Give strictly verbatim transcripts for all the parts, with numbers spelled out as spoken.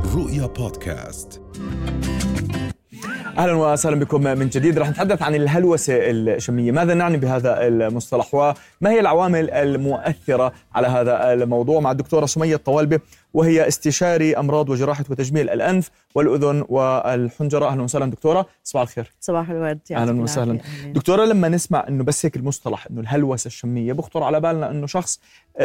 رؤيا بودكاست. أهلا وسهلا بكم من جديد. رح نتحدث عن الهلوسة الشمية. ماذا نعني بهذا المصطلح وما هي العوامل المؤثرة على هذا الموضوع؟ مع الدكتورة سمية الطوالبة، وهي استشاري أمراض وجراحة وتجميل الأنف والأذن والحنجرة. أهلا وسهلا دكتورة، صباح الخير. صباح الورد. أهلا وسهلا دكتورة. لما نسمع إنه بس هيك المصطلح إنه الهلوسة الشمية بخطر على بالنا إنه شخص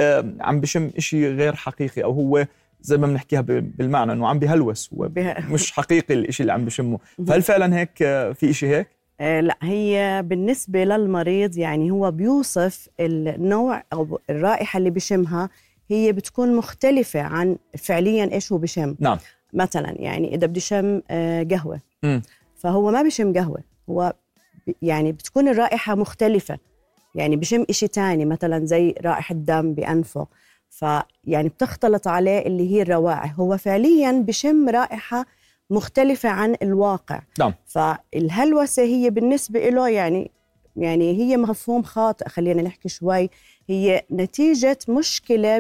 عم بشم إشي غير حقيقي، أو هو زي ما بنحكيها بالمعنى انه عم بيهلوس ومش حقيقي الاشي اللي عم بشمه. فهل فعلا هيك في اشي هيك؟ آه لا، هي بالنسبة للمريض يعني هو بيوصف النوع او الرائحة اللي بشمها، هي بتكون مختلفة عن فعليا ايش هو بشم. نعم. مثلا يعني اذا بدي شم آه قهوة م. فهو ما بشم قهوة، هو يعني بتكون الرائحة مختلفة، يعني بشم اشي تاني مثلا زي رائحة دم بأنفه، فيعني بتختلط عليه اللي هي الروائح، هو فعلياً بشم رائحة مختلفة عن الواقع. نعم. فالهلوسة هي بالنسبة له يعني يعني هي مفهوم خاطئ، خلينا نحكي شوي، هي نتيجة مشكلة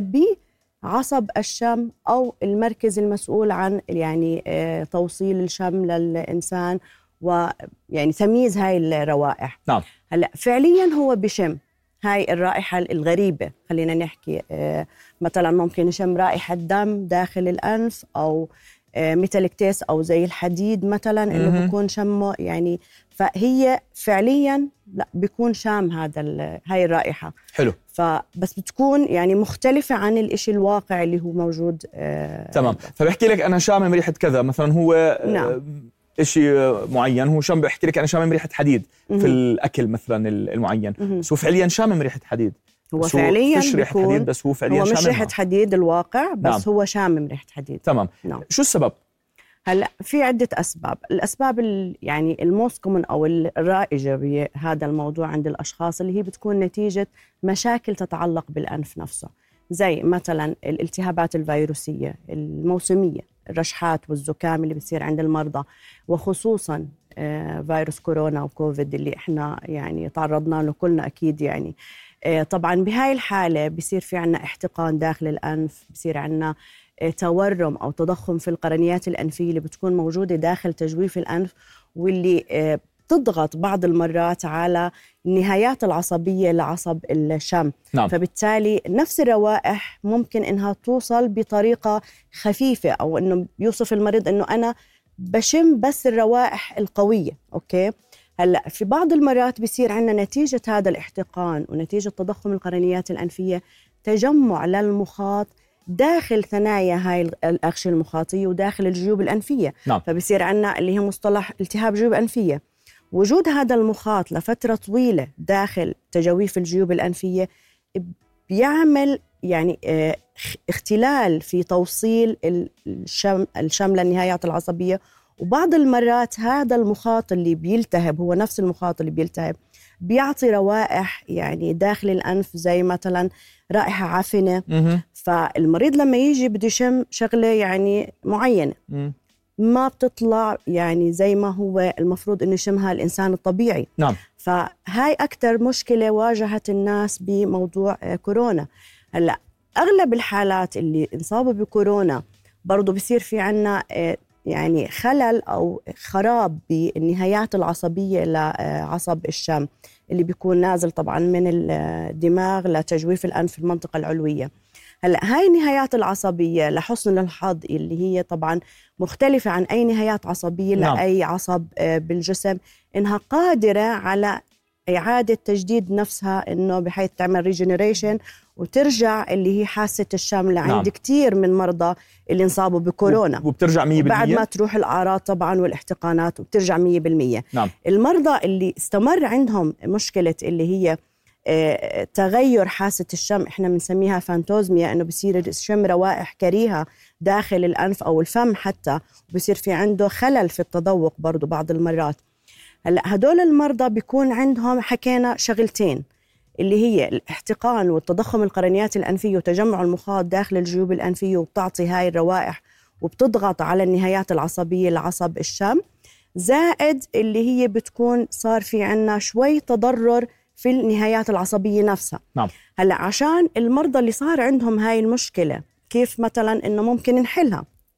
بعصب الشم أو المركز المسؤول عن يعني توصيل الشم للإنسان ويعني تمييز هاي الروائح. نعم. هلأ فعلياً هو بشم هاي الرائحة الغريبة، خلينا نحكي آه مثلا ممكن نشم رائحة دم داخل الأنف، أو آه ميتاليك تيست، أو زي الحديد مثلا اللي بيكون شمه يعني، فهي فعليا لا بيكون شام هذا هاي الرائحة. حلو. فبس بتكون يعني مختلفة عن الإشي الواقع اللي هو موجود. آه تمام. فبحكي لك أنا شامم ريحة كذا مثلا، هو نعم. إشي معين، هو شام بحكي لك أنا شامم ريحة حديد في الأكل مثلا المعين، بس هو فعليا شامم ريحة حديد. هو فعليا مش ريحة حديد، بس هو فعليا هو شاممها. مش ريحة حديد الواقع، بس نعم. هو شامم ريحة حديد. تمام. نعم. شو السبب؟ هلا في عدة أسباب. الأسباب يعني الموست كومن أو الرائجة بهذا الموضوع عند الأشخاص اللي هي بتكون نتيجة مشاكل تتعلق بالأنف نفسه، زي مثلا الالتهابات الفيروسية الموسمية، الرشحات والزكام اللي بيصير عند المرضى، وخصوصا فيروس كورونا وكوفيد اللي احنا يعني تعرضنا له كلنا أكيد. يعني طبعا بهاي الحالة بيصير في عنا احتقان داخل الأنف، بيصير عنا تورم أو تضخم في القرنيات الأنفية اللي بتكون موجودة داخل تجويف الأنف، واللي بتضغط بعض المرات على النهايات العصبية لعصب الشم. نعم. فبالتالي نفس الروائح ممكن إنها توصل بطريقة خفيفة، أو إنه بيوصف المريض إنه أنا بشم بس الروائح القوية. أوكي. هلأ في بعض المرات بيصير عندنا نتيجة هذا الاحتقان ونتيجة تضخم القرنيات الأنفية تجمع للمخاط داخل ثنايا هاي الأغشية المخاطية وداخل الجيوب الأنفية. نعم. فبصير عندنا اللي هي مصطلح التهاب جيوب أنفية. وجود هذا المخاط لفترة طويلة داخل تجاويف الجيوب الأنفية بيعمل يعني اختلال في توصيل الشم, الشم للنهايات العصبية، وبعض المرات هذا المخاط اللي بيلتهب هو نفس المخاط اللي بيلتهب بيعطي روائح يعني داخل الأنف، زي مثلا رائحة عفنة. م- فالمريض لما يجي بده يشم شغلة يعني معينة م- ما بتطلع يعني زي ما هو المفروض إنه يشمها الإنسان الطبيعي. نعم. فهاي أكتر مشكلة واجهت الناس بموضوع كورونا. هلأ أغلب الحالات اللي انصابوا بكورونا برضو بيصير في عنا يعني خلل أو خراب بالنهايات العصبية لعصب الشم اللي بيكون نازل طبعا من الدماغ لتجويف الأنف في المنطقة العلوية. هلأ هاي النهايات العصبية لحسن الحظ اللي هي طبعا مختلفة عن أي نهايات عصبية. نعم. لأي عصب بالجسم، إنها قادرة على إعادة تجديد نفسها، إنه بحيث تعمل ريجنريشن وترجع اللي هي حاسة الشم لعند نعم. كتير من مرضى اللي انصابوا بكورونا، وبترجع مية بالمية بعد ما تروح الأعراض طبعا والاحتقانات وبترجع مية بالمية. نعم. المرضى اللي استمر عندهم مشكلة اللي هي اه تغير حاسة الشم، احنا بنسميها فانتوزميا، انه بصير الشم روائح كريهة داخل الأنف أو الفم حتى، وبصير في عنده خلل في التذوق برضو بعض المرات. هلأ هدول المرضى بيكون عندهم حكينا شغلتين، اللي هي الاحتقان والتضخم القرنيات الأنفية وتجمع المخاط داخل الجيوب الأنفية، وبتعطي هاي الروائح وبتضغط على النهايات العصبية لعصب الشم، زائد اللي هي بتكون صار في عنا شوي تضرر في النهايات العصبية نفسها. نعم. هلأ عشان المرضى اللي صار عندهم هاي المشكلة كيف مثلا إنه ممكن نحلها؟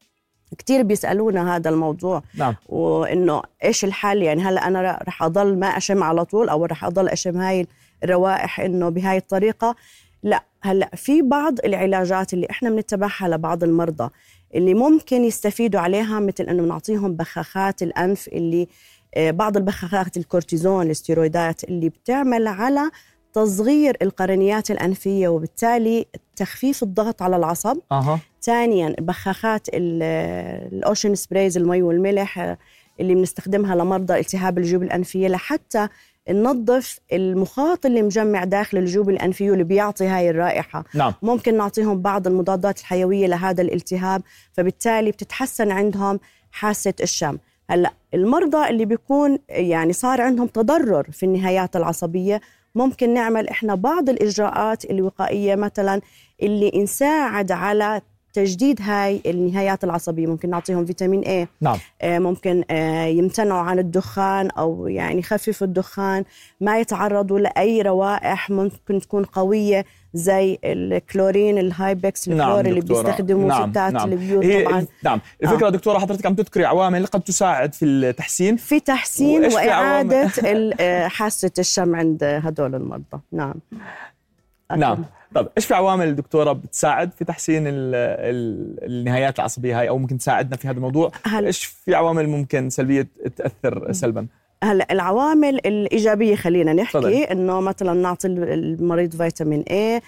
كتير بيسألونا هذا الموضوع. نعم. وإنه إيش الحل، يعني هلأ أنا رح أضل ما أشم على طول أو رح أضل أشم هاي الروائح إنه بهاي الطريقة؟ لا، هلأ في بعض العلاجات اللي إحنا بنتبعها لبعض المرضى اللي ممكن يستفيدوا عليها، مثل إنه نعطيهم بخاخات الأنف، اللي بعض البخاخات الكورتيزون الاستيرويدات اللي بتعمل على تصغير القرنيات الأنفية وبالتالي تخفيف الضغط على العصب. أه. ثانياً بخاخات الأوشن سبرايز، المي والملح اللي بنستخدمها لمرضى التهاب الجيوب الأنفية لحتى ننظف المخاط اللي مجمع داخل الجيوب الأنفية واللي بيعطي هاي الرائحة. نعم. ممكن نعطيهم بعض المضادات الحيوية لهذا الالتهاب، فبالتالي بتتحسن عندهم حاسة الشم. هلأ المرضى اللي بيكون يعني صار عندهم تضرر في النهايات العصبية، ممكن نعمل إحنا بعض الإجراءات الوقائية مثلا اللي نساعد على تجديد هاي النهايات العصبية. ممكن نعطيهم فيتامين A. نعم. ممكن يمتنعوا عن الدخان أو يعني يخففوا الدخان، ما يتعرضوا لأي روائح ممكن تكون قوية زي الكلورين الهايبكس الكلور. نعم اللي بيستخدموه نعم ستات نعم البيوت طبعا. نعم الفكرة آه. دكتورة حضرتك عم تذكري عوامل قد تساعد في التحسين في تحسين وإعادة حاسة الشم عند هدول المرضى. نعم أكيد. نعم. طب إيش في عوامل دكتورة بتساعد في تحسين ال ال النهايات العصبية هاي أو ممكن تساعدنا في هذا الموضوع؟ إيش في عوامل ممكن سلبية تأثر سلبا؟ هلا العوامل الإيجابية خلينا نحكي طبعا. إنه مثلا نعطي المريض فيتامين A،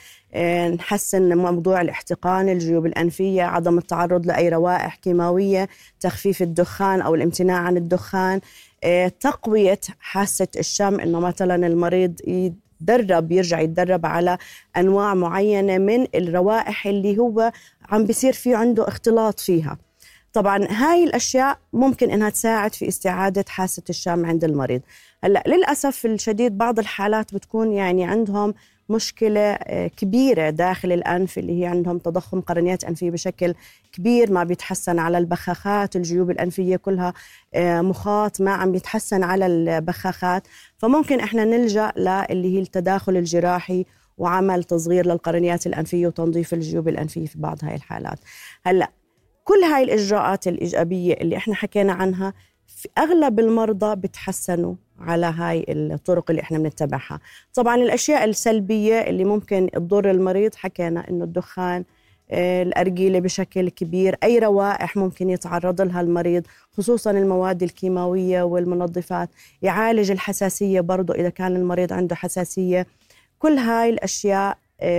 نحسن موضوع الاحتقان الجيوب الأنفية، عدم التعرض لأي روائح كيماوية، تخفيف الدخان أو الامتناع عن الدخان، تقوية حاسة الشم، إنه مثلا المريض يتدرب يرجع يتدرب على أنواع معينة من الروائح اللي هو عم بيصير فيه عنده اختلاط فيها. طبعا هاي الأشياء ممكن إنها تساعد في استعادة حاسة الشم عند المريض. هلأ للأسف الشديد بعض الحالات بتكون يعني عندهم مشكلة كبيرة داخل الأنف، اللي هي عندهم تضخم قرنيات أنفية بشكل كبير، ما بيتحسن على البخاخات، الجيوب الأنفية كلها مخاط ما عم بيتحسن على البخاخات، فممكن إحنا نلجأ للي هي التداخل الجراحي وعمل تصغير للقرنيات الأنفية وتنظيف الجيوب الأنفية في بعض هاي الحالات. هلأ كل هاي الإجراءات الإيجابية اللي إحنا حكينا عنها في أغلب المرضى بتحسنوا على هاي الطرق اللي إحنا بنتبعها. طبعاً الأشياء السلبية اللي ممكن تضر المريض حكينا إنه الدخان، الأرجيلة بشكل كبير، أي روائح ممكن يتعرض لها المريض خصوصاً المواد الكيماوية والمنظفات، يعالج الحساسية برضو إذا كان المريض عنده حساسية. كل هاي الأشياء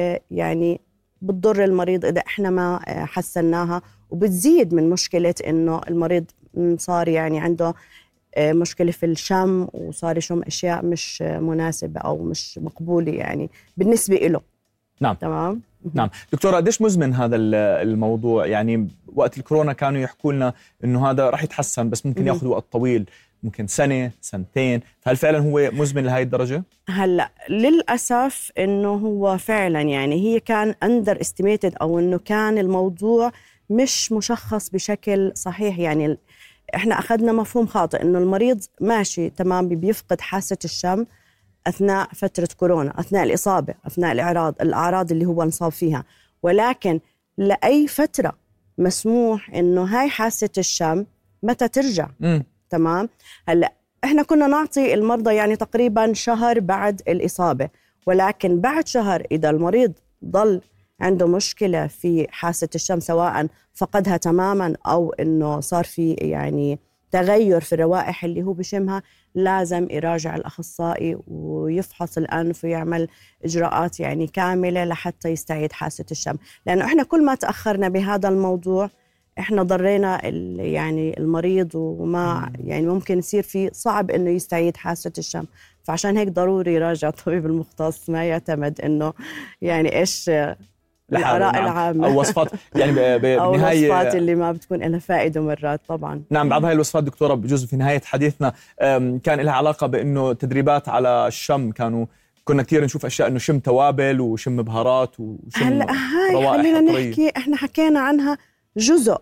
يعني بتضر المريض إذا إحنا ما حسناها، وبتزيد من مشكلة إنه المريض صار يعني عنده مشكلة في الشم وصار يشم أشياء مش مناسبة أو مش مقبولة يعني بالنسبة له. نعم. تمام. نعم دكتورة، قديش مزمن هذا الموضوع؟ يعني وقت الكورونا كانوا يحكوا لنا إنه هذا رح يتحسن بس ممكن يأخذ وقت طويل، ممكن سنة سنتين، فهل فعلا هو مزمن لهذه الدرجة؟ هلأ للأسف إنه هو فعلا يعني هي كان under estimated أو إنه كان الموضوع مش مشخص بشكل صحيح. يعني إحنا أخذنا مفهوم خاطئ إنه المريض ماشي تمام بيفقد حاسة الشم أثناء فترة كورونا، أثناء الإصابة، أثناء الإعراض الأعراض اللي هو انصاب فيها، ولكن لأي فترة مسموح إنه هاي حاسة الشم متى ترجع. م. تمام. هلأ إحنا كنا نعطي المرضى يعني تقريبا شهر بعد الإصابة، ولكن بعد شهر إذا المريض ضل عنده مشكلة في حاسة الشم سواء فقدها تماما أو إنه صار في يعني تغير في الروائح اللي هو بشمها، لازم يراجع الأخصائي ويفحص الأنف ويعمل إجراءات يعني كاملة لحتى يستعيد حاسة الشم. لأنه إحنا كل ما تأخرنا بهذا الموضوع إحنا ضرينا يعني المريض، وما يعني ممكن يصير في صعب إنه يستعيد حاسة الشم. فعشان هيك ضروري يراجع الطبيب المختص، ما يعتمد إنه يعني إيش الآراء نعم. العامة أو وصفات يعني بنهاية أو الوصفات اللي ما بتكون لها فائدة مرات طبعا. نعم بعض هاي الوصفات دكتورة بجزء في نهاية حديثنا كان لها علاقة بأنه تدريبات على الشم، كانوا كنا كثير نشوف أشياء إنه شم توابل وشم بهارات وشم هلا هاي روائح خلينا عطرية. نحكي إحنا حكينا عنها جزء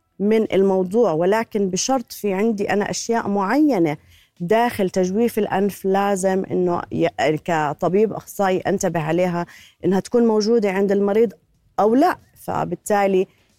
من الموضوع، ولكن بشرط في عندي أنا أشياء معينة داخل تجويف الأنف لازم إنه كطبيب أخصائي أنتبه عليها إنها تكون موجودة عند المريض أو لا. فبالتالي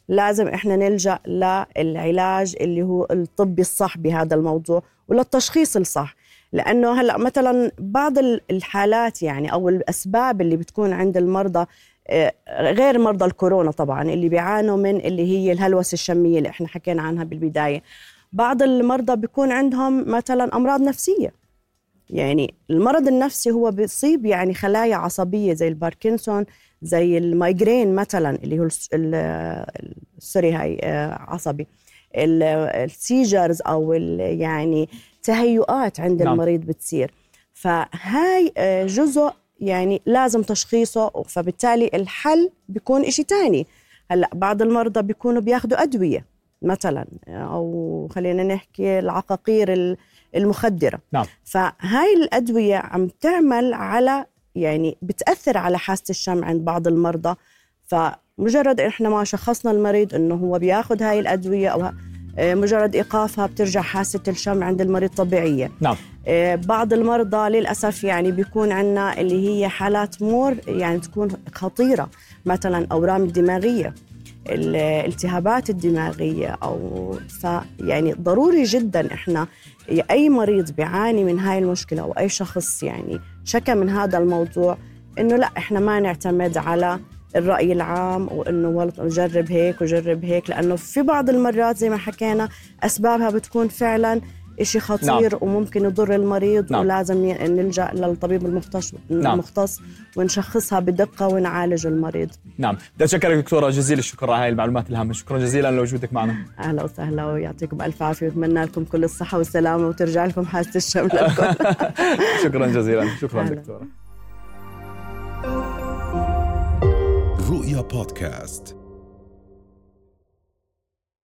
لازم إحنا نلجأ للعلاج اللي هو الطبي الصح بهذا الموضوع وللتشخيص الصح. لأنه هلأ مثلا بعض الحالات يعني أو الأسباب اللي بتكون عند المرضى غير مرضى الكورونا طبعا اللي بيعانوا من اللي هي الهلوسة الشمية اللي إحنا حكينا عنها بالبداية، بعض المرضى بيكون عندهم مثلا أمراض نفسية. يعني المرض النفسي هو بيصيب يعني خلايا عصبية زي الباركنسون، زي المايجرين مثلا اللي هو السوري هاي عصبي، السيجرز أو يعني تهيؤات عند نعم. المريض بتصير. فهاي جزء يعني لازم تشخيصه، فبالتالي الحل بيكون إشي تاني. هلأ بعض المرضى بيكونوا بياخدوا أدوية مثلا، أو خلينا نحكي العقاقير المخدرة نعم. فهاي الأدوية عم تعمل على يعني بتأثر على حاسة الشم عند بعض المرضى. فمجرد إحنا ما شخصنا المريض إنه هو بياخد هاي الأدوية أو مجرد إيقافها بترجع حاسة الشم عند المريض طبيعية. نعم. بعض المرضى للأسف يعني بيكون عنا اللي هي حالات مور يعني تكون خطيرة، مثلا أورام الدماغية، الالتهابات الدماغية، أو يعني ضروري جدا إحنا أي مريض بيعاني من هاي المشكلة أو أي شخص يعني شكى من هذا الموضوع إنه لا إحنا ما نعتمد على الرأي العام وإنه جرب هيك وجرب هيك، لأنه في بعض المرات زي ما حكينا أسبابها بتكون فعلا إشي خطير نعم. وممكن يضر المريض نعم. ولازم نلجأ للطبيب المختص نعم. المختص ونشخصها بدقة ونعالج المريض. نعم. بدي أشكرك دكتورة جزيل الشكر على هاي المعلومات الهامة، شكرا جزيلا لوجودك معنا. أهلا وسهلا ويعطيكم ألف عافية وأتمنى لكم كل الصحة والسلامة وترجع لكم حاسة الشم لكم. شكرا جزيلا. شكرا أهلا. دكتورة. رؤيا بودكاست.